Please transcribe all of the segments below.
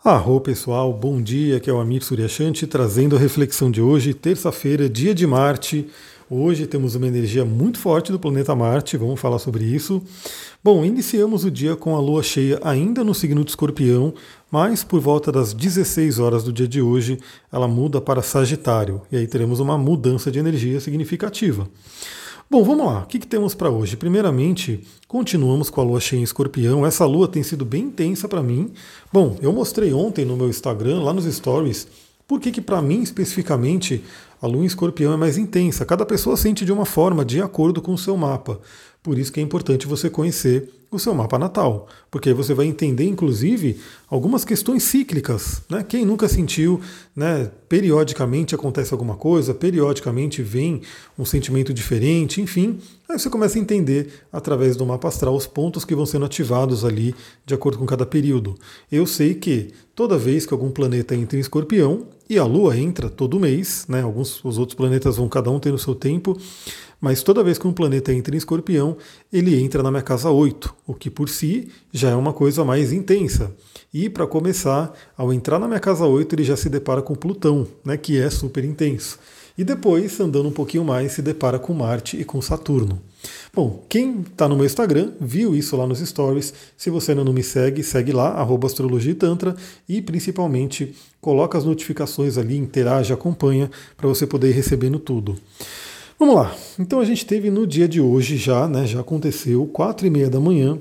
Arro pessoal, bom dia, aqui é o Amir Suryashanti trazendo a reflexão de hoje, terça-feira, dia de Marte. Hoje temos uma energia muito forte do planeta Marte, vamos falar sobre isso. Bom, iniciamos o dia com a lua cheia ainda no signo de Escorpião, mas por volta das 16 horas do dia de hoje ela muda para Sagitário, e aí teremos uma mudança de energia significativa. Bom, vamos lá. O que temos para hoje? Primeiramente, continuamos com a lua cheia em Escorpião. Essa lua tem sido bem intensa para mim. Bom, eu mostrei ontem no meu Instagram, lá nos stories, por que para mim especificamente a lua em Escorpião é mais intensa. Cada pessoa sente de uma forma de acordo com o seu mapa. Por isso que é importante você conhecer o seu mapa natal, porque aí você vai entender, inclusive, algumas questões cíclicas, né? Quem nunca sentiu, né? Periodicamente acontece alguma coisa, periodicamente vem um sentimento diferente, enfim, aí você começa a entender através do mapa astral os pontos que vão sendo ativados ali de acordo com cada período. Eu sei que toda vez que algum planeta entra em Escorpião, e a Lua entra todo mês, né? Os outros planetas vão cada um ter o seu tempo, mas toda vez que um planeta entra em Escorpião, ele entra na minha casa 8, o que por si já é uma coisa mais intensa. E para começar, ao entrar na minha casa 8, ele já se depara com Plutão, né? Que é super intenso. E depois, andando um pouquinho mais, se depara com Marte e com Saturno. Bom, quem está no meu Instagram viu isso lá nos stories. Se você ainda não me segue, segue lá, @astrologiatantra, e principalmente coloca as notificações ali, interage, acompanha, para você poder ir recebendo tudo. Vamos lá, então a gente teve no dia de hoje já, né, já aconteceu, 4h30 da manhã,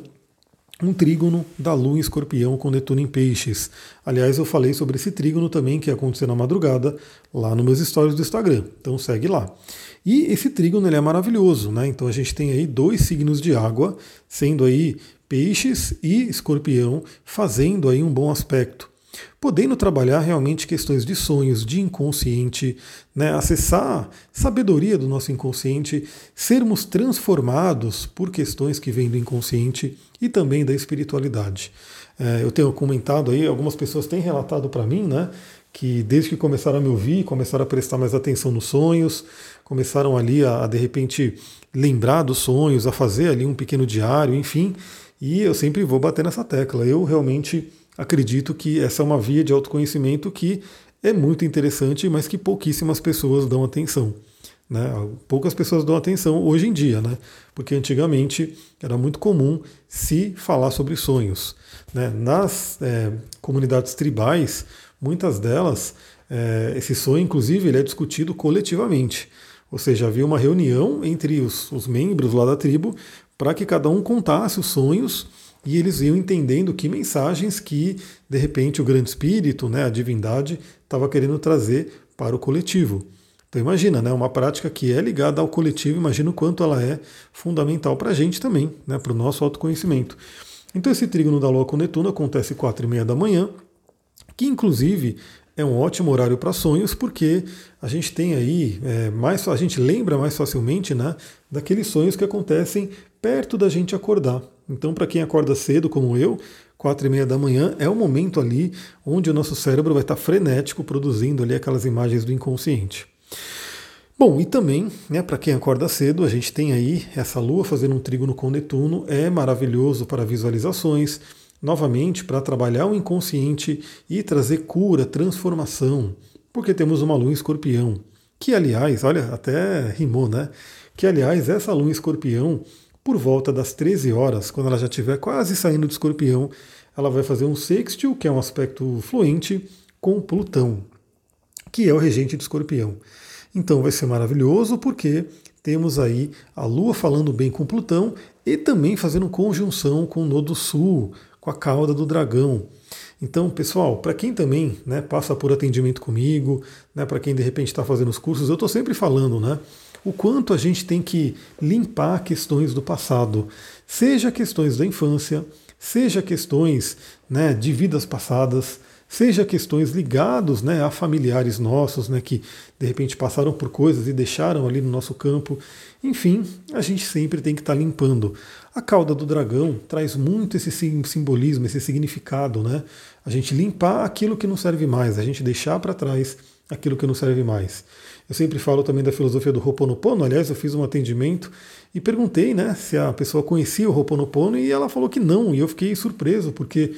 um trígono da Lua em Escorpião com Netuno em Peixes. Aliás, eu falei sobre esse trígono também, que ia acontecer na madrugada, lá nos meus stories do Instagram, então segue lá. E esse trígono ele é maravilhoso, né? Então a gente tem aí dois signos de água, sendo aí Peixes e Escorpião, fazendo aí um bom aspecto. Podendo trabalhar realmente questões de sonhos, de inconsciente, né, acessar sabedoria do nosso inconsciente, sermos transformados por questões que vêm do inconsciente e também da espiritualidade. Eu tenho comentado aí, algumas pessoas têm relatado para mim, né, que desde que começaram a me ouvir, começaram a prestar mais atenção nos sonhos, começaram ali a de repente lembrar dos sonhos, a fazer ali um pequeno diário, enfim, e eu sempre vou bater nessa tecla. Eu realmente acredito que essa é uma via de autoconhecimento que é muito interessante, mas que pouquíssimas pessoas dão atenção, né? Poucas pessoas dão atenção hoje em dia, né? Porque antigamente era muito comum se falar sobre sonhos, né? Nas comunidades tribais, muitas delas, esse sonho, inclusive, ele é discutido coletivamente. Ou seja, havia uma reunião entre os membros lá da tribo para que cada um contasse os sonhos e eles iam entendendo que mensagens que, de repente, o grande espírito, né, a divindade, estava querendo trazer para o coletivo. Então imagina, né, uma prática que é ligada ao coletivo, imagina o quanto ela é fundamental para a gente também, né, para o nosso autoconhecimento. Então esse trígono da Lua com Netuno acontece 4h30 da manhã, que inclusive é um ótimo horário para sonhos, porque a gente tem aí, a gente lembra mais facilmente, né, daqueles sonhos que acontecem perto da gente acordar. Então, para quem acorda cedo, como eu, 4h30 da manhã é o momento ali onde o nosso cérebro vai estar frenético produzindo ali aquelas imagens do inconsciente. Bom, e também, né, para quem acorda cedo, a gente tem aí essa Lua fazendo um trígono com Netuno, é maravilhoso para visualizações, novamente para trabalhar o inconsciente e trazer cura, transformação, porque temos uma Lua em Escorpião, que aliás, olha, até rimou, né? Que aliás, essa Lua em Escorpião, por volta das 13 horas, quando ela já estiver quase saindo de Escorpião, ela vai fazer um sextil, que é um aspecto fluente, com Plutão, que é o regente de Escorpião. Então vai ser maravilhoso porque temos aí a Lua falando bem com Plutão e também fazendo conjunção com o Nodo Sul, com a cauda do dragão. Então, pessoal, para quem também, né, passa por atendimento comigo, né, para quem de repente está fazendo os cursos, eu estou sempre falando, né, o quanto a gente tem que limpar questões do passado, seja questões da infância, seja questões, né, de vidas passadas, seja questões ligadas, né, a familiares nossos, né, que de repente passaram por coisas e deixaram ali no nosso campo. Enfim, a gente sempre tem que estar limpando. A cauda do dragão traz muito esse simbolismo, esse significado, né? A gente limpar aquilo que não serve mais, a gente deixar para trás aquilo que não serve mais. Eu sempre falo também da filosofia do Ho'oponopono. Aliás, eu fiz um atendimento e perguntei, né, se a pessoa conhecia o Ho'oponopono, e ela falou que não, e eu fiquei surpreso, porque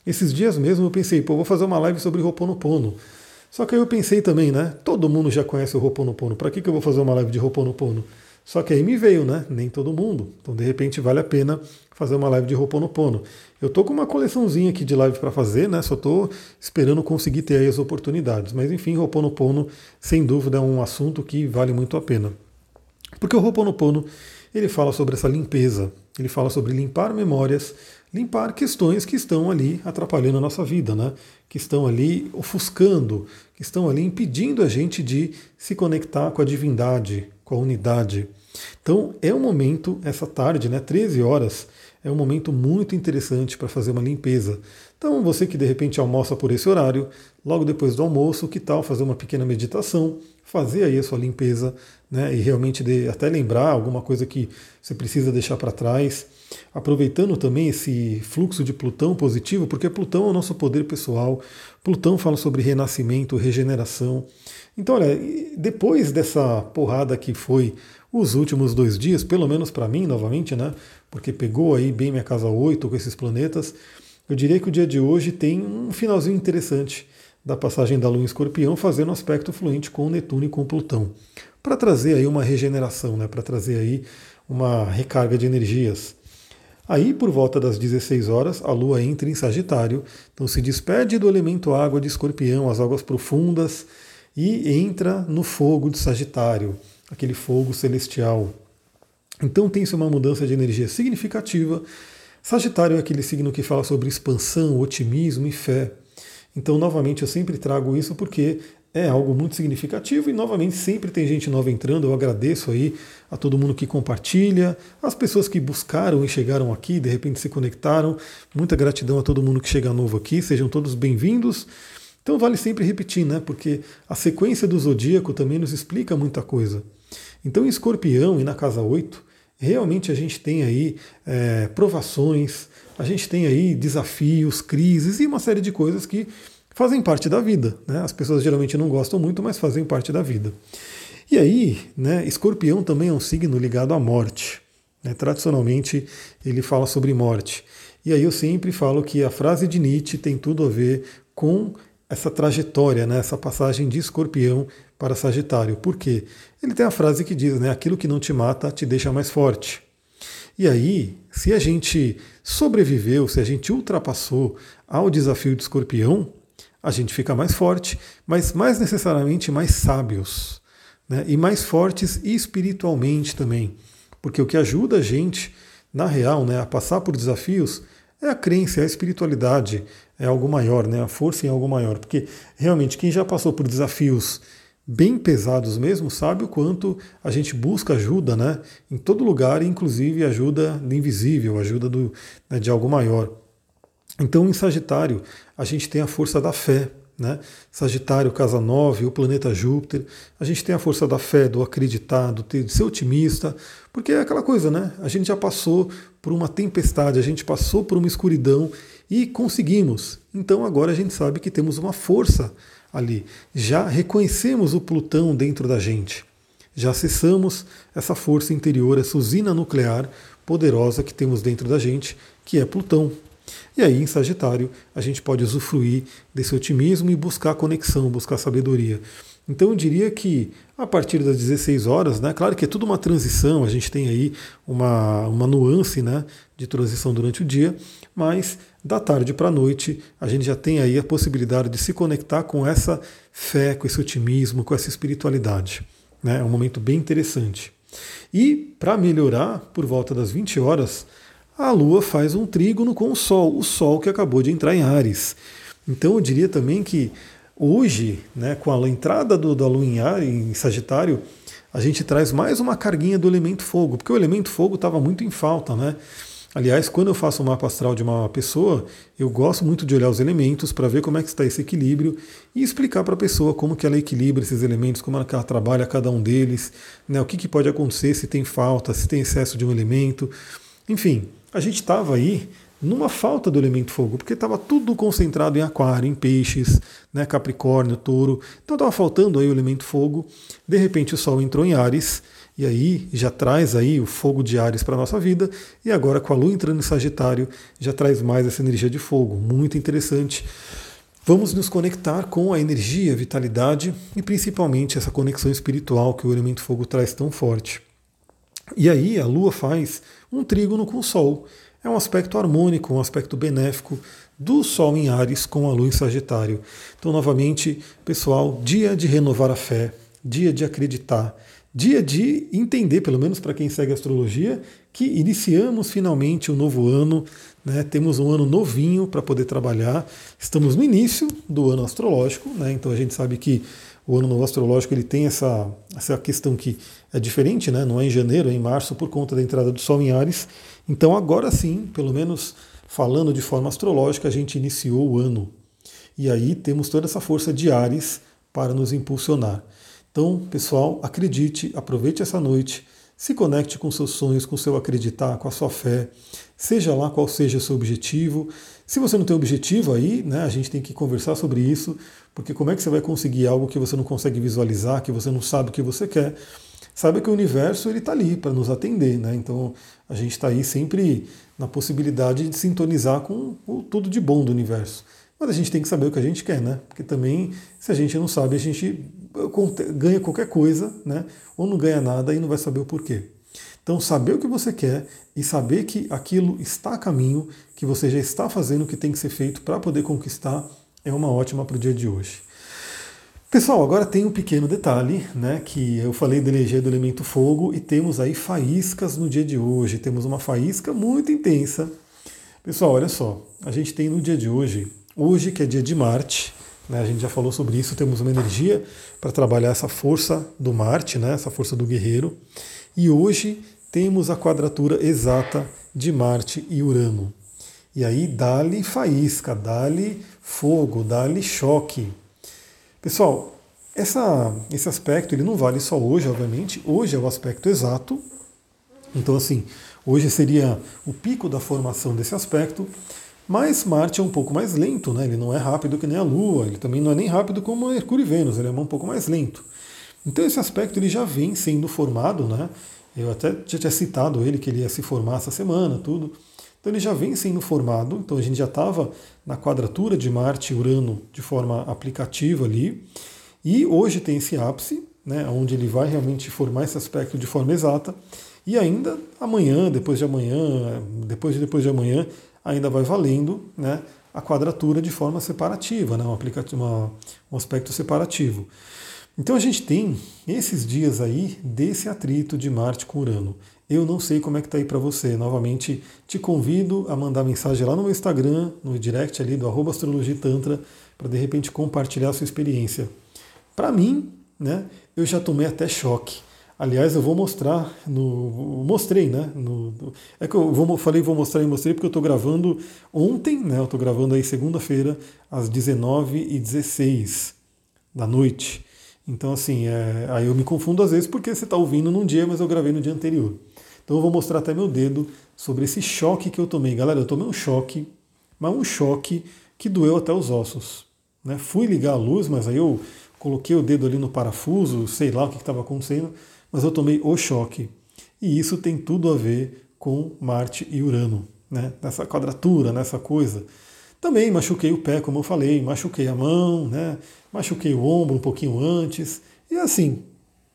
Esses dias mesmo eu pensei, pô, vou fazer uma live sobre Ho'oponopono. Só que aí eu pensei também, né? Todo mundo já conhece o Ho'oponopono, para que eu vou fazer uma live de Ho'oponopono? Só que aí me veio, né? Nem todo mundo. Então, de repente, vale a pena fazer uma live de Ho'oponopono. Eu tô com uma coleçãozinha aqui de live para fazer, né? Só tô esperando conseguir ter aí as oportunidades. Mas enfim, Ho'oponopono, sem dúvida, é um assunto que vale muito a pena. Porque o Ho'oponopono, ele fala sobre essa limpeza. Ele fala sobre limpar memórias, limpar questões que estão ali atrapalhando a nossa vida, né? Que estão ali ofuscando, que estão ali impedindo a gente de se conectar com a divindade, com a unidade. Então é um momento, essa tarde, né, 13 horas, é um momento muito interessante para fazer uma limpeza. Então você que de repente almoça por esse horário, logo depois do almoço, que tal fazer uma pequena meditação, fazer aí a sua limpeza, né, e realmente até lembrar alguma coisa que você precisa deixar para trás. Aproveitando também esse fluxo de Plutão positivo, porque Plutão é o nosso poder pessoal, Plutão fala sobre renascimento, regeneração. Então, olha, depois dessa porrada que foi os últimos 2 dias, pelo menos para mim, novamente, né? Porque pegou aí bem minha casa 8 com esses planetas, eu diria que o dia de hoje tem um finalzinho interessante da passagem da Lua em Escorpião, fazendo um aspecto fluente com Netuno e com Plutão, para trazer aí uma regeneração, né? Para trazer aí uma recarga de energias. Aí, por volta das 16 horas, a Lua entra em Sagitário, então se despede do elemento água de Escorpião, as águas profundas, e entra no fogo de Sagitário, aquele fogo celestial. Então tem-se uma mudança de energia significativa. Sagitário é aquele signo que fala sobre expansão, otimismo e fé. Então, novamente, eu sempre trago isso porque é algo muito significativo e, novamente, sempre tem gente nova entrando. Eu agradeço aí a todo mundo que compartilha, as pessoas que buscaram e chegaram aqui, de repente se conectaram. Muita gratidão a todo mundo que chega novo aqui, sejam todos bem-vindos. Então vale sempre repetir, né? Porque a sequência do zodíaco também nos explica muita coisa. Então, em Escorpião e na casa 8, realmente a gente tem aí provações, a gente tem aí desafios, crises e uma série de coisas que fazem parte da vida, né? As pessoas geralmente não gostam muito, mas fazem parte da vida. E aí, né, Escorpião também é um signo ligado à morte, né? Tradicionalmente, ele fala sobre morte. E aí eu sempre falo que a frase de Nietzsche tem tudo a ver com essa trajetória, né, essa passagem de Escorpião para Sagitário. Por quê? Ele tem a frase que diz, né, aquilo que não te mata te deixa mais forte. E aí, se a gente sobreviveu, se a gente ultrapassou ao desafio de Escorpião, a gente fica mais forte, mas mais necessariamente mais sábios, né? E mais fortes espiritualmente também. Porque o que ajuda a gente, na real, né, a passar por desafios é a crença, é a espiritualidade, é algo maior, né? A força em algo maior. Porque realmente quem já passou por desafios bem pesados mesmo sabe o quanto a gente busca ajuda, né, em todo lugar, inclusive ajuda do invisível, ajuda né, de algo maior. Então, em Sagitário, a gente tem a força da fé, né? Sagitário, casa 9, o planeta Júpiter. A gente tem a força da fé, do acreditar, de ser otimista, porque é aquela coisa, né? A gente já passou por uma tempestade, a gente passou por uma escuridão e conseguimos. Então, agora a gente sabe que temos uma força ali. Já reconhecemos o Plutão dentro da gente. Já acessamos essa força interior, essa usina nuclear poderosa que temos dentro da gente, que é Plutão. E aí, em Sagitário, a gente pode usufruir desse otimismo e buscar conexão, buscar sabedoria. Então eu diria que a partir das 16 horas, né, claro que é tudo uma transição, a gente tem aí uma nuance, né, de transição durante o dia, mas da tarde para a noite a gente já tem aí a possibilidade de se conectar com essa fé, com esse otimismo, com essa espiritualidade. Né, é um momento bem interessante. E para melhorar, por volta das 20 horas, a Lua faz um trígono com o Sol que acabou de entrar em Áries. Então eu diria também que hoje, né, com a entrada da Lua em Áries, em Sagitário, a gente traz mais uma carguinha do elemento fogo, porque o elemento fogo estava muito em falta, né? Aliás, quando eu faço um mapa astral de uma pessoa, eu gosto muito de olhar os elementos para ver como é que está esse equilíbrio e explicar para a pessoa como que ela equilibra esses elementos, como é que ela trabalha cada um deles, né, o que pode acontecer se tem falta, se tem excesso de um elemento. Enfim, a gente estava aí numa falta do elemento fogo, porque estava tudo concentrado em aquário, em peixes, né, Capricórnio, touro, então estava faltando aí o elemento fogo. De repente o Sol entrou em Áries, e aí já traz aí o fogo de Áries para a nossa vida, e agora com a Lua entrando em Sagitário, já traz mais essa energia de fogo, muito interessante. Vamos nos conectar com a energia, a vitalidade e principalmente essa conexão espiritual que o elemento fogo traz tão forte. E aí a Lua faz um trígono com o Sol. É um aspecto harmônico, um aspecto benéfico do Sol em Áries com a Lua em Sagitário. Então, novamente, pessoal, dia de renovar a fé, dia de acreditar, dia de entender, pelo menos para quem segue a astrologia, que iniciamos finalmente um novo ano, né? Temos um ano novinho para poder trabalhar. Estamos no início do ano astrológico, né? Então a gente sabe que o ano novo astrológico ele tem essa questão que é diferente, né? Não é em janeiro, é em março, por conta da entrada do Sol em Áries. Então agora sim, pelo menos falando de forma astrológica, a gente iniciou o ano. E aí temos toda essa força de Áries para nos impulsionar. Então, pessoal, acredite, aproveite essa noite, se conecte com seus sonhos, com o seu acreditar, com a sua fé, seja lá qual seja o seu objetivo. Se você não tem objetivo aí, né, a gente tem que conversar sobre isso, porque como é que você vai conseguir algo que você não consegue visualizar, que você não sabe o que você quer? Saiba que o universo está ali para nos atender, né? Então a gente está aí sempre na possibilidade de sintonizar com o tudo de bom do universo. Mas a gente tem que saber o que a gente quer, né? Porque também, se a gente não sabe, a gente ganha qualquer coisa, né? Ou não ganha nada e não vai saber o porquê. Então, saber o que você quer e saber que aquilo está a caminho, que você já está fazendo o que tem que ser feito para poder conquistar, é uma ótima para o dia de hoje. Pessoal, agora tem um pequeno detalhe, né? Que eu falei da energia do elemento fogo e temos aí faíscas no dia de hoje. Temos uma faísca muito intensa. Pessoal, olha só, a gente tem no dia de hoje que é dia de Marte, né, a gente já falou sobre isso, temos uma energia para trabalhar essa força do Marte, né, essa força do guerreiro, e hoje temos a quadratura exata de Marte e Urano. E aí dá-lhe faísca, dá-lhe fogo, dá-lhe choque. Pessoal, esse aspecto ele não vale só hoje, obviamente, hoje é o aspecto exato, então assim, hoje seria o pico da formação desse aspecto. Mas Marte é um pouco mais lento, né? Ele não é rápido que nem a Lua, ele também não é nem rápido como Mercúrio e Vênus, ele é um pouco mais lento. Então esse aspecto ele já vem sendo formado, né? Eu até já tinha citado ele que ele ia se formar essa semana, tudo. Então ele já vem sendo formado, então a gente já estava na quadratura de Marte e Urano de forma aplicativa ali, e hoje tem esse ápice, né? Onde ele vai realmente formar esse aspecto de forma exata, e ainda amanhã, depois de amanhã, depois de amanhã, ainda vai valendo, né, a quadratura de forma separativa, né, um aspecto separativo. Então a gente tem esses dias aí desse atrito de Marte com Urano. Eu não sei como é que está aí para você. Novamente, te convido a mandar mensagem lá no meu Instagram, no direct ali do @astrologitantra, para de repente compartilhar a sua experiência. Para mim, né, eu já tomei até choque. Aliás, eu vou mostrar mostrei, né? É que vou mostrar e mostrei porque eu estou gravando ontem, né? Eu estou gravando aí segunda-feira, às 19h16 da noite. Então, assim, aí eu me confundo às vezes porque você está ouvindo num dia, mas eu gravei no dia anterior. Então eu vou mostrar até meu dedo sobre esse choque que eu tomei. Galera, eu tomei um choque, mas um choque que doeu até os ossos, né? Fui ligar a luz, mas aí eu coloquei o dedo ali no parafuso, sei lá o que estava acontecendo, mas eu tomei o choque. E isso tem tudo a ver com Marte e Urano, né? Nessa quadratura, nessa coisa. Também machuquei o pé, como eu falei, machuquei a mão, né? Machuquei o ombro um pouquinho antes. E assim,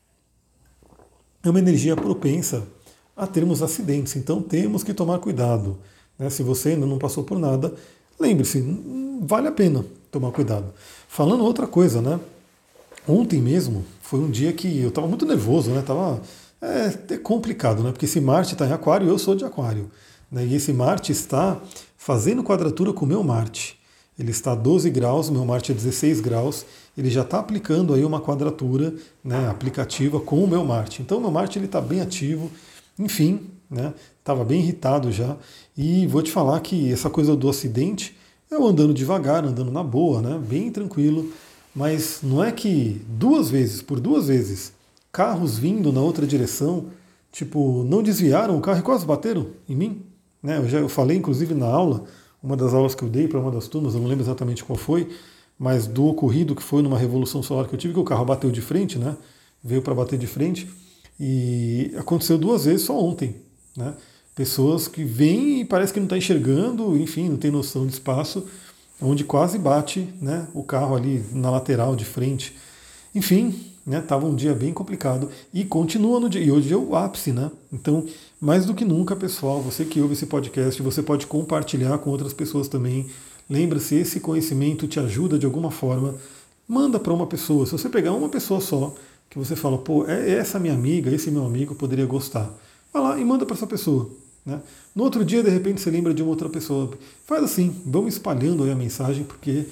é uma energia propensa a termos acidentes, então temos que tomar cuidado, né? Se você ainda não passou por nada, lembre-se, vale a pena tomar cuidado. Falando outra coisa, né? Ontem mesmo foi um dia que eu estava muito nervoso, né? É complicado, né? Porque esse Marte está em Aquário e eu sou de Aquário, né? E esse Marte está fazendo quadratura com o meu Marte. Ele está a 12 graus, meu Marte é 16 graus, ele já está aplicando aí uma quadratura, né, aplicativa com o meu Marte. Então o meu Marte está bem ativo, enfim, né? Estava bem irritado já. E vou te falar que essa coisa do acidente, eu andando devagar, andando na boa, né? Bem tranquilo. Mas não é que por duas vezes, carros vindo na outra direção, tipo, não desviaram o carro e quase bateram em mim? né? Eu falei, inclusive, na aula, uma das aulas que eu dei para uma das turmas, eu não lembro exatamente qual foi, mas do ocorrido que foi numa revolução solar que eu tive, que o carro bateu de frente, né? Veio para bater de frente, e aconteceu 2 vezes só ontem, né? Pessoas que vêm e parece que não está enxergando, enfim, não tem noção de espaço, onde quase bate, né, o carro ali na lateral de frente. Enfim, né, tava um dia bem complicado e continua no dia. E hoje é o ápice, né? Então, mais do que nunca, pessoal, você que ouve esse podcast, você pode compartilhar com outras pessoas também. Lembra-se, esse conhecimento te ajuda de alguma forma, manda para uma pessoa. Se você pegar uma pessoa só, que você fala, pô, essa minha amiga, esse meu amigo poderia gostar. Vai lá e manda para essa pessoa. Né? No outro dia, de repente, você lembra de uma outra pessoa. Faz assim, vamos espalhando aí a mensagem, porque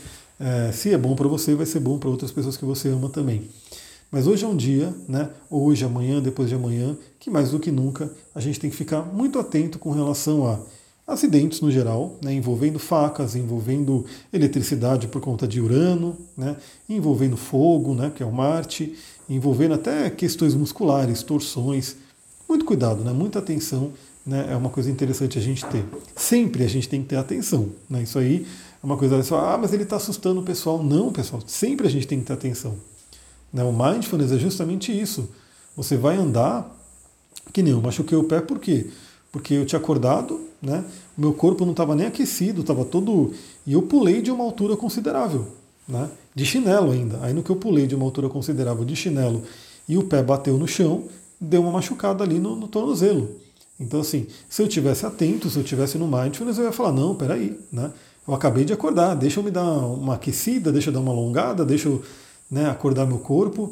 se é bom para você, vai ser bom para outras pessoas que você ama também. Mas hoje é um dia, né? Hoje, amanhã, depois de amanhã, que mais do que nunca a gente tem que ficar muito atento com relação a acidentes no geral, né, envolvendo facas, envolvendo eletricidade por conta de Urano, né, envolvendo fogo, né, que é o Marte, envolvendo até questões musculares, torções. Muito cuidado, né, muita atenção, né, é uma coisa interessante a gente ter. Sempre a gente tem que ter atenção. Né, isso aí é uma coisa, mas ele está assustando o pessoal. Não, pessoal, sempre a gente tem que ter atenção. Né, o mindfulness é justamente isso. Você vai andar, que nem eu machuquei o pé, por quê? Porque eu tinha acordado, né? O meu corpo não estava nem aquecido, estava todo. E eu pulei de uma altura considerável, né? De chinelo ainda. Aí no que eu pulei de uma altura considerável de chinelo e o pé bateu no chão, deu uma machucada ali no tornozelo. Então, assim, se eu tivesse atento, se eu tivesse no mindfulness, eu ia falar, não, peraí, né? Eu acabei de acordar, deixa eu me dar uma aquecida, deixa eu dar uma alongada, deixa eu, né, acordar meu corpo.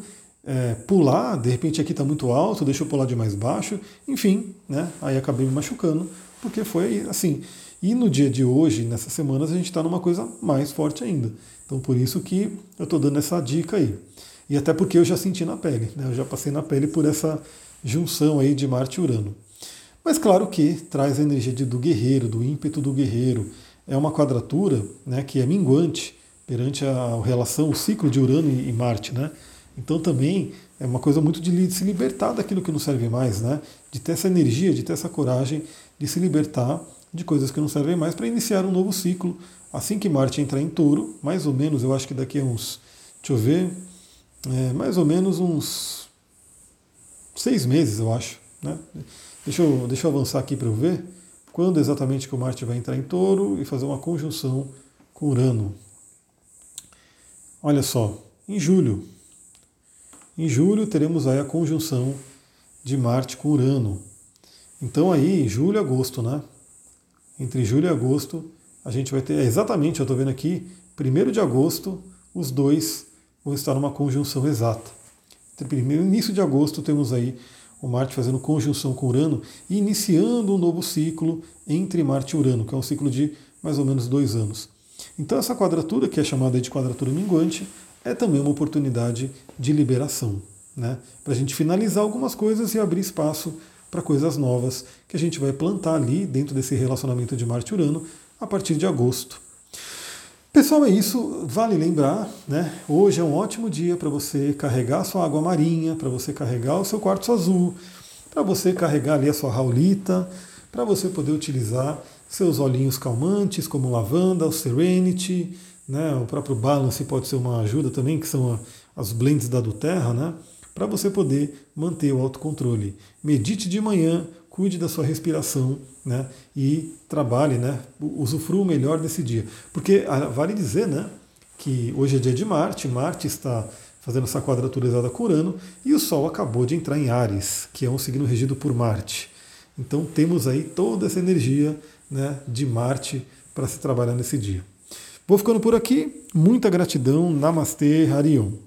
Pular, de repente aqui está muito alto, deixa eu pular de mais baixo, enfim, né? Aí acabei me machucando, porque foi assim. E no dia de hoje, nessas semanas, a gente está numa coisa mais forte ainda. Então por isso que eu estou dando essa dica aí. E até porque eu já senti na pele, né? Eu já passei na pele por essa junção aí de Marte e Urano. Mas claro que traz a energia do guerreiro, do ímpeto do guerreiro. É uma quadratura, né, que é minguante perante a relação, o ciclo de Urano e Marte, né? Então também é uma coisa muito de se libertar daquilo que não serve mais, né? De ter essa energia, de ter essa coragem de se libertar de coisas que não servem mais para iniciar um novo ciclo. Assim que Marte entrar em Touro, mais ou menos, eu acho que daqui a uns, deixa eu ver, mais ou menos uns 6 meses, eu acho. Né? Deixa eu avançar aqui para eu ver quando exatamente que o Marte vai entrar em Touro e fazer uma conjunção com Urano. Olha só, em julho. Em julho teremos aí a conjunção de Marte com Urano. Então aí, julho e agosto, né? Entre julho e agosto, a gente vai ter, exatamente, eu estou vendo aqui, 1º de agosto, os dois vão estar numa conjunção exata. No início de agosto temos aí o Marte fazendo conjunção com Urano e iniciando um novo ciclo entre Marte e Urano, que é um ciclo de mais ou menos 2 anos. Então essa quadratura, que é chamada de quadratura minguante, é também uma oportunidade de liberação, né? Para a gente finalizar algumas coisas e abrir espaço para coisas novas que a gente vai plantar ali dentro desse relacionamento de Marte e Urano a partir de agosto. Pessoal, é isso. Vale lembrar, né? Hoje é um ótimo dia para você carregar a sua água marinha, para você carregar o seu quartzo azul, para você carregar ali a sua raulita, para você poder utilizar seus olhinhos calmantes, como lavanda, o Serenity, né, o próprio Balance pode ser uma ajuda também, que são as blends da Doterra, né, para você poder manter o autocontrole. Medite de manhã, cuide da sua respiração, né, e trabalhe, né, usufrua o melhor desse dia. Porque vale dizer, né, que hoje é dia de Marte, Marte está fazendo essa quadratura exata com Urano, e o Sol acabou de entrar em Áries, que é um signo regido por Marte. Então temos aí toda essa energia, né, de Marte para se trabalhar nesse dia. Vou ficando por aqui. Muita gratidão. Namastê, Harion.